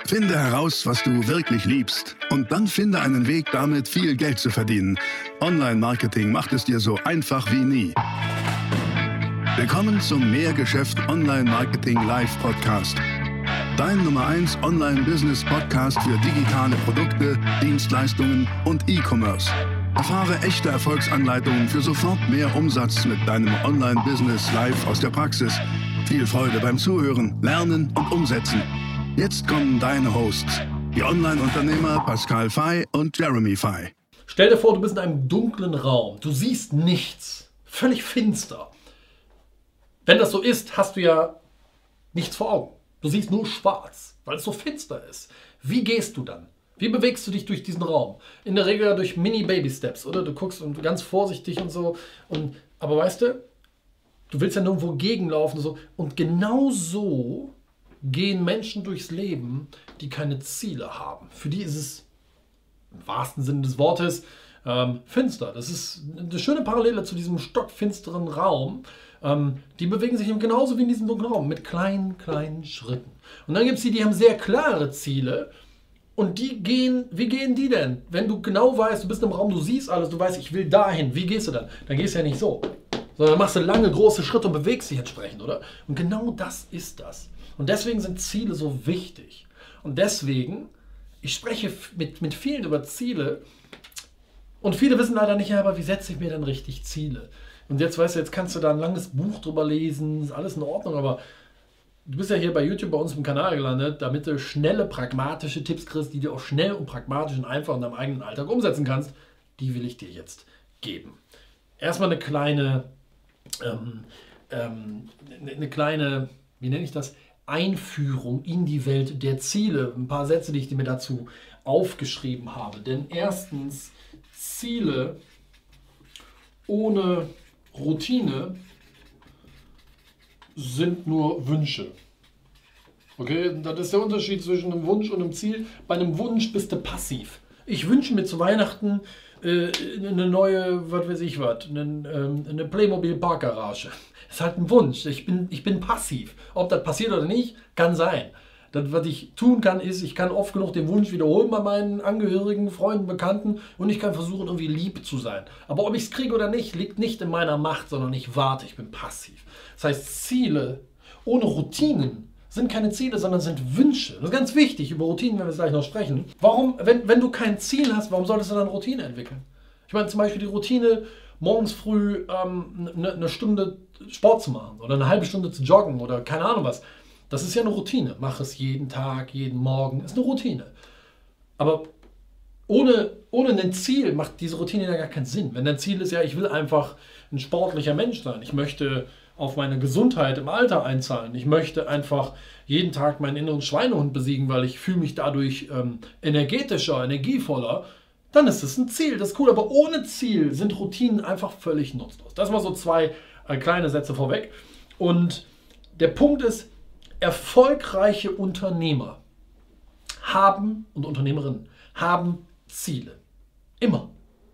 Finde heraus, was du wirklich liebst und dann finde einen Weg, damit viel Geld zu verdienen. Online-Marketing macht es dir so einfach wie nie. Willkommen zum Mehrgeschäft Online-Marketing Live Podcast. Dein Nummer 1 Online-Business-Podcast für digitale Produkte, Dienstleistungen und E-Commerce. Erfahre echte Erfolgsanleitungen für sofort mehr Umsatz mit deinem Online-Business live aus der Praxis. Viel Freude beim Zuhören, Lernen und Umsetzen. Jetzt kommen deine Hosts, die Online-Unternehmer Pascal Fay und Jeremy Fay. Stell dir vor, du bist in einem dunklen Raum. Du siehst nichts. Völlig finster. Wenn das so ist, hast du ja nichts vor Augen. Du siehst nur schwarz, weil es so finster ist. Wie gehst du dann? Wie bewegst du dich durch diesen Raum? In der Regel durch Mini-Baby-Steps, oder? Du guckst und ganz vorsichtig und so. Aber weißt du, du willst ja nirgendwo gegenlaufen und so. Und genau so gehen Menschen durchs Leben, die keine Ziele haben. Für die ist es im wahrsten Sinne des Wortes finster. Das ist eine schöne Parallele zu diesem stockfinsteren Raum. Die bewegen sich genauso wie in diesem dunklen Raum mit kleinen Schritten. Und dann gibt es die haben sehr klare Ziele. Und wie gehen die denn? Wenn du genau weißt, du bist im Raum, du siehst alles, du weißt, ich will dahin. Wie gehst du dann? Dann gehst du ja nicht so. Sondern machst du lange, große Schritte und bewegst dich entsprechend, oder? Und genau das ist das. Und deswegen sind Ziele so wichtig. Und deswegen, ich spreche mit vielen über Ziele und viele wissen leider nicht, ja, aber wie setze ich mir denn richtig Ziele? Und jetzt weißt du, jetzt kannst du da ein langes Buch drüber lesen, ist alles in Ordnung, aber du bist ja hier bei YouTube bei uns im Kanal gelandet, damit du schnelle, pragmatische Tipps kriegst, die du auch schnell und pragmatisch und einfach in deinem eigenen Alltag umsetzen kannst. Die will ich dir jetzt geben. Erstmal eine kleine, wie nenne ich das? Einführung in die Welt der Ziele. Ein paar Sätze, die ich mir dazu aufgeschrieben habe. Denn erstens, Ziele ohne Routine sind nur Wünsche. Okay, das ist der Unterschied zwischen einem Wunsch und einem Ziel. Bei einem Wunsch bist du passiv. Ich wünsche mir zu Weihnachten eine neue, was weiß ich was, eine Playmobil Parkgarage. Das ist halt ein Wunsch. Ich bin passiv. Ob das passiert oder nicht, kann sein. Das, was ich tun kann, ist, ich kann oft genug den Wunsch wiederholen bei meinen Angehörigen, Freunden, Bekannten und ich kann versuchen, irgendwie lieb zu sein. Aber ob ich es kriege oder nicht, liegt nicht in meiner Macht, sondern ich warte, ich bin passiv. Das heißt, Ziele ohne Routinen sind keine Ziele, sondern sind Wünsche. Das ist ganz wichtig, über Routinen werden wir gleich noch sprechen. Warum, wenn du kein Ziel hast, warum solltest du dann Routine entwickeln? Ich meine zum Beispiel die Routine, morgens früh eine Stunde Sport zu machen oder eine halbe Stunde zu joggen oder keine Ahnung was. Das ist ja eine Routine. Mach es jeden Tag, jeden Morgen. Ist eine Routine. Aber ohne ein Ziel macht diese Routine ja gar keinen Sinn. Wenn dein Ziel ist, ja, ich will einfach ein sportlicher Mensch sein. Ich möchte auf meine Gesundheit im Alter einzahlen. Ich möchte einfach jeden Tag meinen inneren Schweinehund besiegen, weil ich fühle mich dadurch energetischer, energievoller. Dann ist es ein Ziel. Das ist cool. Aber ohne Ziel sind Routinen einfach völlig nutzlos. Das mal so zwei kleine Sätze vorweg. Und der Punkt ist, erfolgreiche Unternehmer haben und Unternehmerinnen haben Ziele. Immer.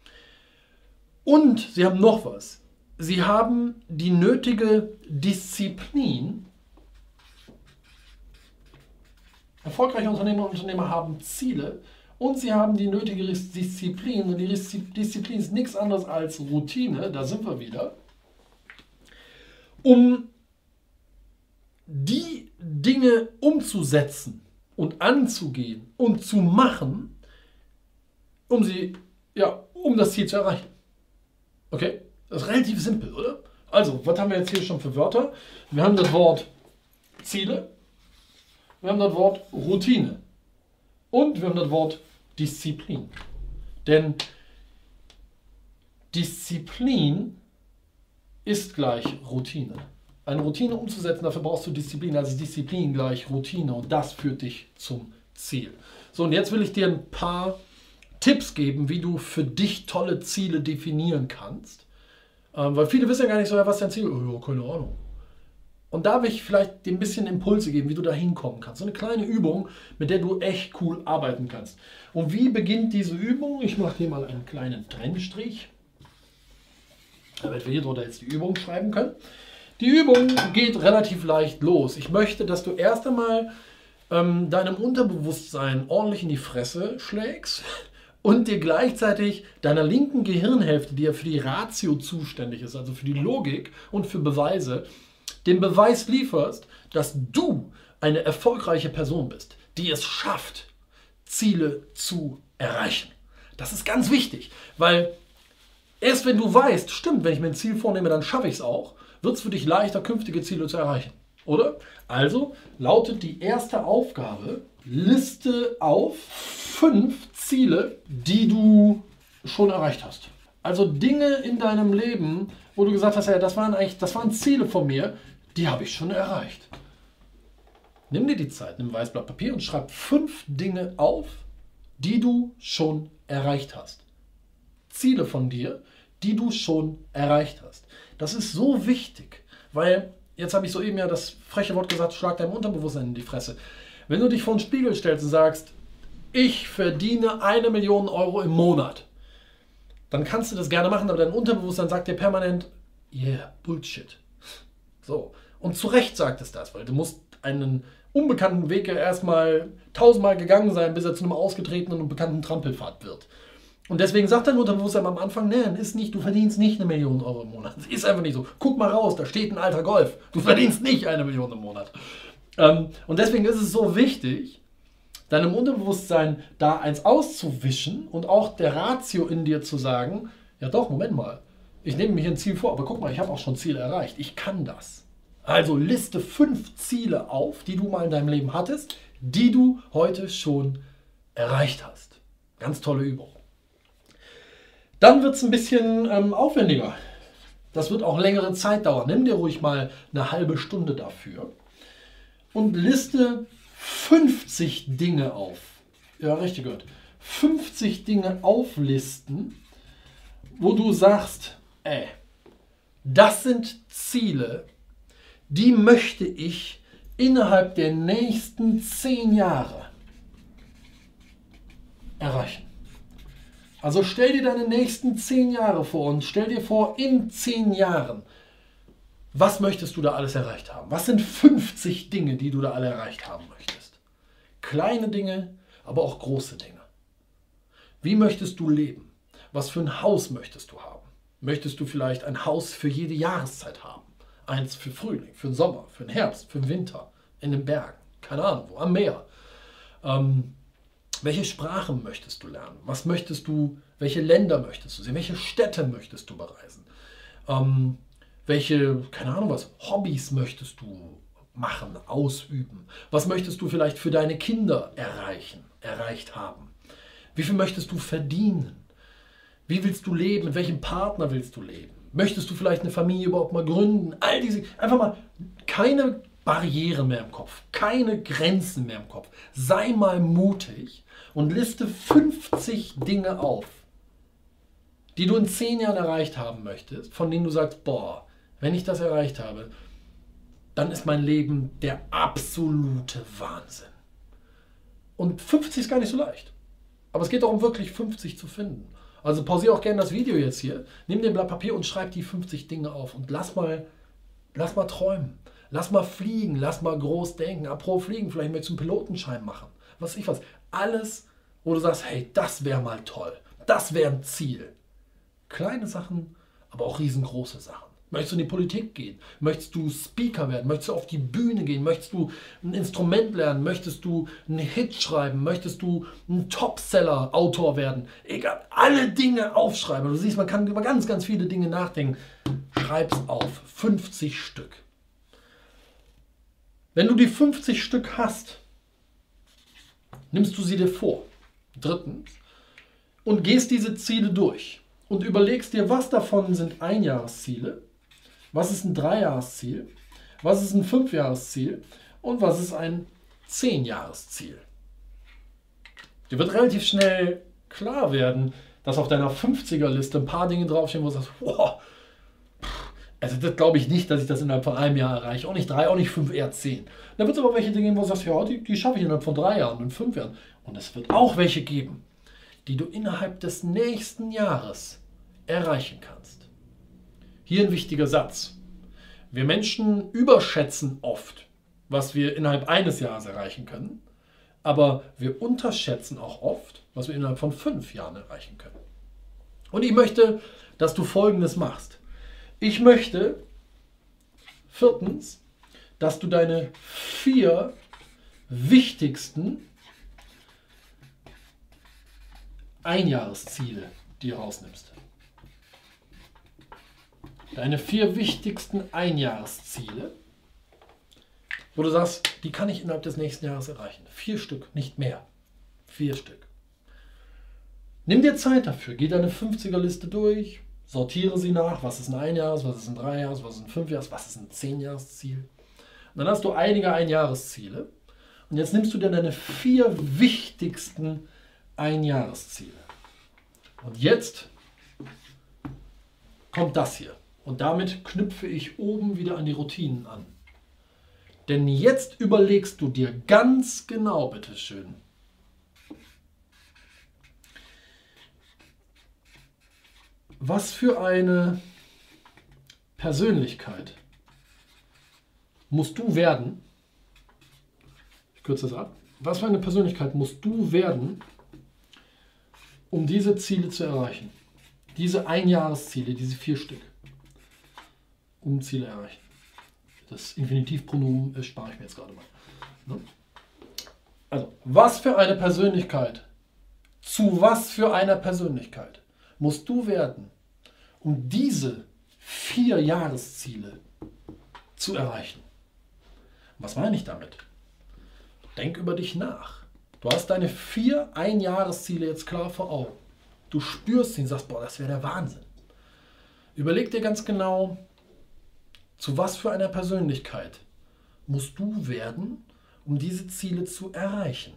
Und sie haben noch was. Sie haben die nötige Disziplin. Erfolgreiche Unternehmer und Unternehmer haben Ziele und sie haben die nötige Disziplin. Und die Disziplin ist nichts anderes als Routine, da sind wir wieder, um die Dinge umzusetzen und anzugehen und zu machen, um das Ziel zu erreichen. Okay? Das ist relativ simpel, oder? Also, was haben wir jetzt hier schon für Wörter? Wir haben das Wort Ziele, wir haben das Wort Routine und wir haben das Wort Disziplin. Denn Disziplin ist gleich Routine. Eine Routine umzusetzen, dafür brauchst du Disziplin. Also Disziplin gleich Routine und das führt dich zum Ziel. So, und jetzt will ich dir ein paar Tipps geben, wie du für dich tolle Ziele definieren kannst. Weil viele wissen ja gar nicht so, was ist dein Ziel? Oh, keine Ahnung. Und da will ich vielleicht dir ein bisschen Impulse geben, wie du da hinkommen kannst. So eine kleine Übung, mit der du echt cool arbeiten kannst. Und wie beginnt diese Übung? Ich mache hier mal einen kleinen Trennstrich, damit wir hier drunter jetzt die Übung schreiben können. Die Übung geht relativ leicht los. Ich möchte, dass du erst einmal deinem Unterbewusstsein ordentlich in die Fresse schlägst und dir gleichzeitig deiner linken Gehirnhälfte, die ja für die Ratio zuständig ist, also für die Logik und für Beweise, den Beweis lieferst, dass du eine erfolgreiche Person bist, die es schafft, Ziele zu erreichen. Das ist ganz wichtig, weil erst wenn du weißt, stimmt, wenn ich mir ein Ziel vornehme, dann schaffe ich es auch, wird es für dich leichter, künftige Ziele zu erreichen. Oder? Also lautet die erste Aufgabe, liste auf 5 Ziele, die du schon erreicht hast. Also Dinge in deinem Leben, wo du gesagt hast, ja, das waren Ziele von mir, die habe ich schon erreicht. Nimm dir die Zeit, nimm ein weißes Blatt Papier und schreib 5 Dinge auf, die du schon erreicht hast. Ziele von dir, die du schon erreicht hast. Das ist so wichtig, weil, jetzt habe ich soeben ja das freche Wort gesagt, schlag deinem Unterbewusstsein in die Fresse. Wenn du dich vor den Spiegel stellst und sagst, ich verdiene 1 Million Euro im Monat, dann kannst du das gerne machen, aber dein Unterbewusstsein sagt dir permanent, yeah, Bullshit. So. Und zu Recht sagt es das, weil du musst einen unbekannten Weg ja erstmal 1000-mal gegangen sein, bis er zu einem ausgetretenen und bekannten Trampelpfad wird. Und deswegen sagt dein Unterbewusstsein am Anfang, nein, ist nicht, du verdienst nicht 1 Million Euro im Monat. Das ist einfach nicht so. Guck mal raus, da steht ein alter Golf. Du verdienst nicht 1 Million im Monat. Und deswegen ist es so wichtig, deinem Unterbewusstsein da eins auszuwischen und auch der Ratio in dir zu sagen, ja doch, Moment mal, ich nehme mir hier ein Ziel vor, aber guck mal, ich habe auch schon Ziele erreicht. Ich kann das. Also liste 5 Ziele auf, die du mal in deinem Leben hattest, die du heute schon erreicht hast. Ganz tolle Übung. Dann wird es ein bisschen aufwendiger. Das wird auch längere Zeit dauern. Nimm dir ruhig mal eine halbe Stunde dafür und liste 50 Dinge auf. Ja, richtig gehört. 50 Dinge auflisten, wo du sagst, das sind Ziele, die möchte ich innerhalb der nächsten 10 Jahre erreichen. Also stell dir deine nächsten 10 Jahre vor und stell dir vor, in 10 Jahren, was möchtest du da alles erreicht haben? Was sind 50 Dinge, die du da alle erreicht haben möchtest? Kleine Dinge, aber auch große Dinge. Wie möchtest du leben? Was für ein Haus möchtest du haben? Möchtest du vielleicht ein Haus für jede Jahreszeit haben? Eins für Frühling, für den Sommer, für den Herbst, für den Winter, in den Bergen, keine Ahnung wo, am Meer. Welche Sprachen möchtest du lernen? Was möchtest du, welche Länder möchtest du sehen? Welche Städte möchtest du bereisen? Welche, keine Ahnung was, Hobbys möchtest du machen, ausüben? Was möchtest du vielleicht für deine Kinder erreicht haben? Wie viel möchtest du verdienen? Wie willst du leben? Mit welchem Partner willst du leben? Möchtest du vielleicht eine Familie überhaupt mal gründen? All diese, einfach mal keine Barrieren mehr im Kopf, keine Grenzen mehr im Kopf. Sei mal mutig und liste 50 Dinge auf, die du in 10 Jahren erreicht haben möchtest, von denen du sagst, boah, wenn ich das erreicht habe, dann ist mein Leben der absolute Wahnsinn. Und 50 ist gar nicht so leicht. Aber es geht darum, wirklich 50 zu finden. Also pausiere auch gerne das Video jetzt hier, nimm den Blatt Papier und schreib die 50 Dinge auf und lass mal träumen. Lass mal fliegen, lass mal groß denken. Apropos Fliegen, vielleicht möchtest du einen Pilotenschein machen. Was ich was. Alles, wo du sagst, hey, das wäre mal toll. Das wäre ein Ziel. Kleine Sachen, aber auch riesengroße Sachen. Möchtest du in die Politik gehen? Möchtest du Speaker werden? Möchtest du auf die Bühne gehen? Möchtest du ein Instrument lernen? Möchtest du einen Hit schreiben? Möchtest du ein Topseller-Autor werden? Egal, alle Dinge aufschreiben. Du siehst, man kann über ganz, ganz viele Dinge nachdenken. Schreib's auf. 50 Stück. Wenn du die 50 Stück hast, nimmst du sie dir vor. 3. Und gehst diese Ziele durch. Und überlegst dir, was davon sind Einjahresziele, was ist ein 3-Jahresziel, was ist ein 5-Jahresziel und was ist ein 10-Jahresziel. Dir wird relativ schnell klar werden, dass auf deiner 50er-Liste ein paar Dinge draufstehen, wo du sagst, wow, also das glaube ich nicht, dass ich das innerhalb von einem Jahr erreiche. Auch nicht 3, auch nicht 5, eher 10. Da wird es aber welche Dinge geben, wo du sagst, ja, die schaffe ich innerhalb von 3 Jahren und 5 Jahren. Und es wird auch welche geben, die du innerhalb des nächsten Jahres erreichen kannst. Hier ein wichtiger Satz. Wir Menschen überschätzen oft, was wir innerhalb eines Jahres erreichen können Aber wir unterschätzen auch oft, was wir innerhalb von 5 Jahren erreichen können. Und ich möchte, dass du Folgendes machst. Ich möchte, 4., dass du deine 4 wichtigsten Einjahresziele dir rausnimmst. Deine 4 wichtigsten Einjahresziele, wo du sagst, die kann ich innerhalb des nächsten Jahres erreichen. 4 Stück, nicht mehr. 4 Stück. Nimm dir Zeit dafür, geh deine 50er-Liste durch, sortiere sie nach, was ist ein Einjahres, was ist ein Dreijahres, was ist ein 5-Jahres, was ist ein 10-Jahres-Ziel. Und dann hast du einige Einjahresziele. Und jetzt nimmst du dir deine 4 wichtigsten Einjahresziele. Und jetzt kommt das hier. Und damit knüpfe ich oben wieder an die Routinen an. Denn jetzt überlegst du dir ganz genau, bitteschön, was für eine Persönlichkeit musst du werden? Ich kürze das ab. Was für eine Persönlichkeit musst du werden, um diese Ziele zu erreichen? Diese Einjahresziele, diese 4 Stück. Um Ziele erreichen. Das Infinitivpronomen spare ich mir jetzt gerade mal. Also, was für eine Persönlichkeit, zu was für einer Persönlichkeit musst du werden, um diese 4 Jahresziele zu erreichen? Was meine ich damit? Denk über dich nach. Du hast deine 4 Einjahresziele jetzt klar vor Augen. Du spürst sie und sagst, boah, das wäre der Wahnsinn. Überleg dir ganz genau, zu was für einer Persönlichkeit musst du werden, um diese Ziele zu erreichen?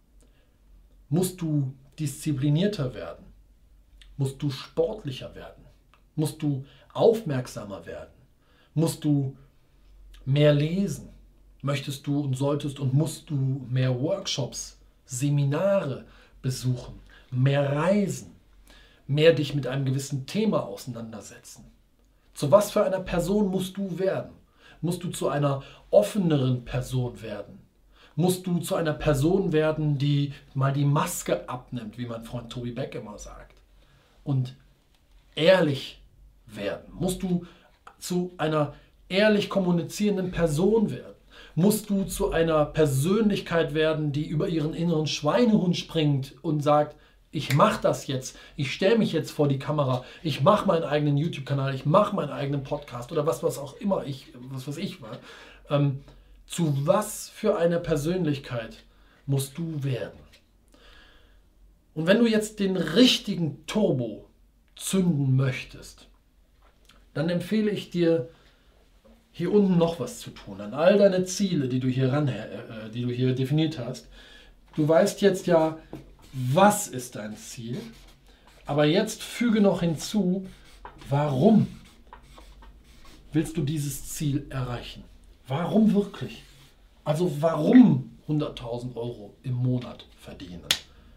Musst du disziplinierter werden? Musst du sportlicher werden? Musst du aufmerksamer werden? Musst du mehr lesen? Möchtest du und solltest und musst du mehr Workshops, Seminare besuchen, mehr reisen, mehr dich mit einem gewissen Thema auseinandersetzen? Zu was für einer Person musst du werden? Musst du zu einer offeneren Person werden? Musst du zu einer Person werden, die mal die Maske abnimmt, wie mein Freund Tobi Beck immer sagt, und ehrlich werden? Musst du zu einer ehrlich kommunizierenden Person werden? Musst du zu einer Persönlichkeit werden, die über ihren inneren Schweinehund springt und sagt, ich mache das jetzt, ich stelle mich jetzt vor die Kamera, ich mache meinen eigenen YouTube-Kanal, ich mache meinen eigenen Podcast oder was auch immer was weiß ich war. Zu was für einer Persönlichkeit musst du werden? Und wenn du jetzt den richtigen Turbo zünden möchtest, dann empfehle ich dir, hier unten noch was zu tun, an all deine Ziele, die du hier definiert hast. Du weißt jetzt ja, was ist dein Ziel, aber jetzt füge noch hinzu, warum willst du dieses Ziel erreichen? Warum wirklich? Also warum 100.000 Euro im Monat verdienen?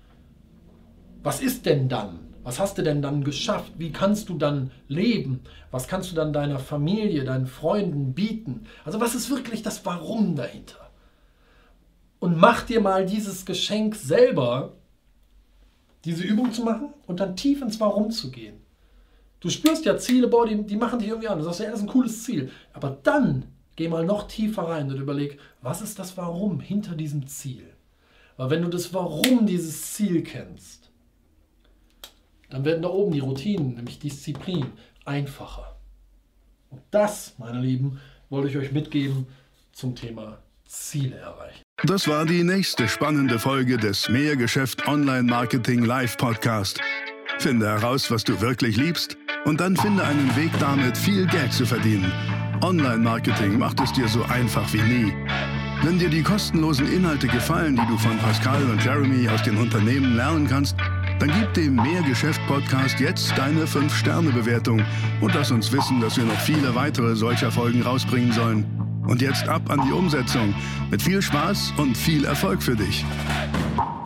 Was ist denn dann? Was hast du denn dann geschafft? Wie kannst du dann leben? Was kannst du dann deiner Familie, deinen Freunden bieten? Also was ist wirklich das Warum dahinter? Und mach dir mal dieses Geschenk selber, diese Übung zu machen und dann tief ins Warum zu gehen. Du spürst ja Ziele, boah, die machen dich irgendwie an. Du sagst, ja, das ist ein cooles Ziel. Aber dann geh mal noch tiefer rein und überleg, was ist das Warum hinter diesem Ziel? Weil wenn du das Warum dieses Ziel kennst, dann werden da oben die Routinen, nämlich Disziplin, einfacher. Und das, meine Lieben, wollte ich euch mitgeben zum Thema Ziele erreichen. Das war die nächste spannende Folge des Mehrgeschäft Online Marketing Live Podcast. Finde heraus, was du wirklich liebst und dann finde einen Weg damit, viel Geld zu verdienen. Online Marketing macht es dir so einfach wie nie. Wenn dir die kostenlosen Inhalte gefallen, die du von Pascal und Jeremy aus den Unternehmen lernen kannst, dann gib dem Mehrgeschäft-Podcast jetzt deine 5-Sterne-Bewertung und lass uns wissen, dass wir noch viele weitere solcher Folgen rausbringen sollen. Und jetzt ab an die Umsetzung. Mit viel Spaß und viel Erfolg für dich.